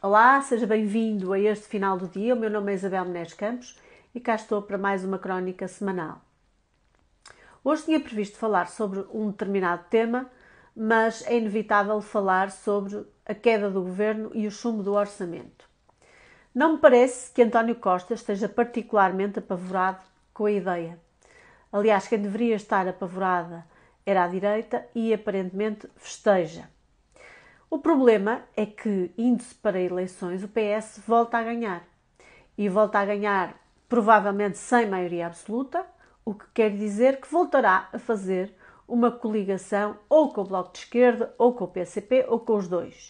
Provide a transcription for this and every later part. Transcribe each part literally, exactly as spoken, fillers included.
Olá, seja bem-vindo a este final do dia. O meu nome é Isabel Menezes Campos e cá estou para mais uma crónica semanal. Hoje tinha previsto falar sobre um determinado tema, mas é inevitável falar sobre a queda do governo e o chumbo do orçamento. Não me parece que António Costa esteja particularmente apavorado com a ideia. Aliás, quem deveria estar apavorada era a direita e aparentemente festeja. O problema é que, indo-se para eleições, o P S volta a ganhar. E volta a ganhar, provavelmente, sem maioria absoluta, o que quer dizer que voltará a fazer uma coligação ou com o Bloco de Esquerda, ou com o P C P, ou com os dois.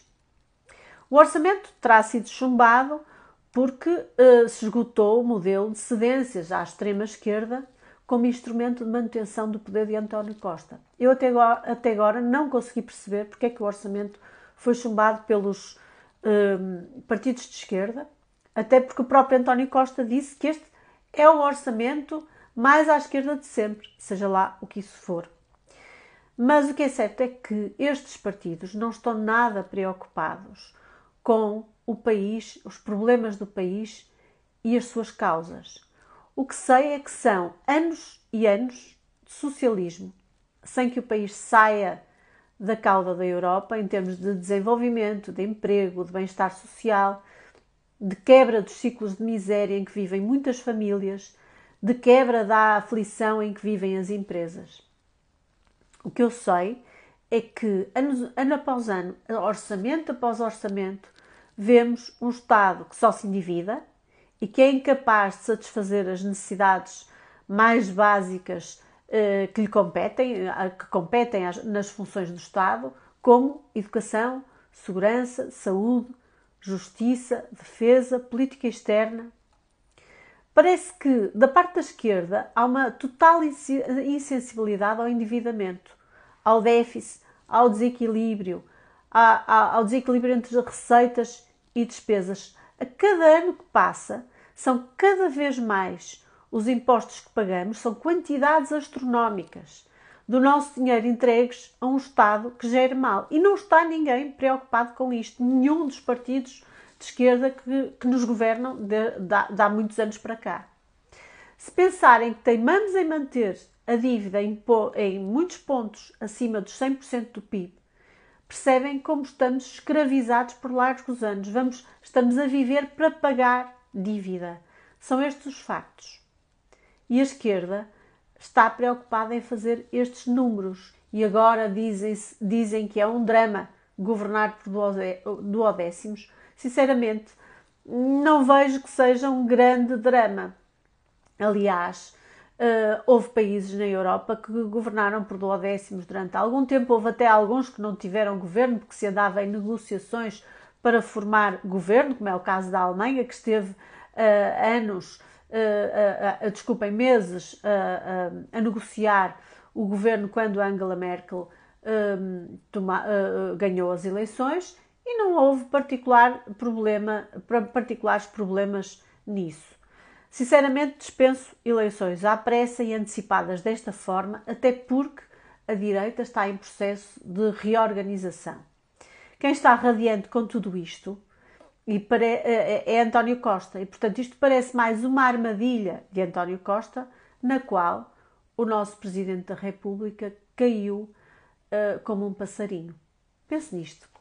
O orçamento terá sido chumbado porque uh, se esgotou o modelo de cedências à extrema-esquerda como instrumento de manutenção do poder de António Costa. Eu até agora, até agora não consegui perceber porque é que o orçamento foi chumbado pelos um, partidos de esquerda, até porque o próprio António Costa disse que este é o orçamento mais à esquerda de sempre, seja lá o que isso for. Mas o que é certo é que estes partidos não estão nada preocupados com o país, os problemas do país e as suas causas. O que sei é que são anos e anos de socialismo, sem que o país saia da cauda da Europa em termos de desenvolvimento, de emprego, de bem-estar social, de quebra dos ciclos de miséria em que vivem muitas famílias, de quebra da aflição em que vivem as empresas. O que eu sei é que, ano, ano após ano, orçamento após orçamento, vemos um Estado que só se endivida e que é incapaz de satisfazer as necessidades mais básicas eh, que lhe competem, que competem nas funções do Estado, como educação, segurança, saúde, justiça, defesa, política externa. Parece que, da parte da esquerda, há uma total insensibilidade ao endividamento, ao déficit, ao desequilíbrio, ao desequilíbrio entre receitas e despesas. A cada ano que passa, são cada vez mais os impostos que pagamos, são quantidades astronómicas do nosso dinheiro entregues a um Estado que gera mal. E não está ninguém preocupado com isto, nenhum dos partidos de esquerda que, que nos governam de, de, de há muitos anos para cá. Se pensarem que teimamos em manter a dívida em, em muitos pontos acima dos cem por cento do P I B, percebem como estamos escravizados por largos anos. Vamos, estamos a viver para pagar dívida. São estes os factos. E a esquerda está preocupada em fazer estes números. E agora dizem, dizem que é um drama governar por duodécimos. Sinceramente, não vejo que seja um grande drama. Aliás, uh, houve países na Europa que governaram por duodécimos durante algum tempo. Houve até alguns que não tiveram governo, porque se andava em negociações para formar governo, como é o caso da Alemanha, que esteve uh, anos, uh, uh, uh, desculpem, meses uh, uh, a negociar o governo quando Angela Merkel uh, toma, uh, ganhou as eleições. E não houve particular problema, particulares problemas nisso. Sinceramente, dispenso eleições à pressa e antecipadas desta forma, até porque a direita está em processo de reorganização. Quem está radiante com tudo isto é António Costa. E, portanto, isto parece mais uma armadilha de António Costa, na qual o nosso Presidente da República caiu uh, como um passarinho. Pense nisto.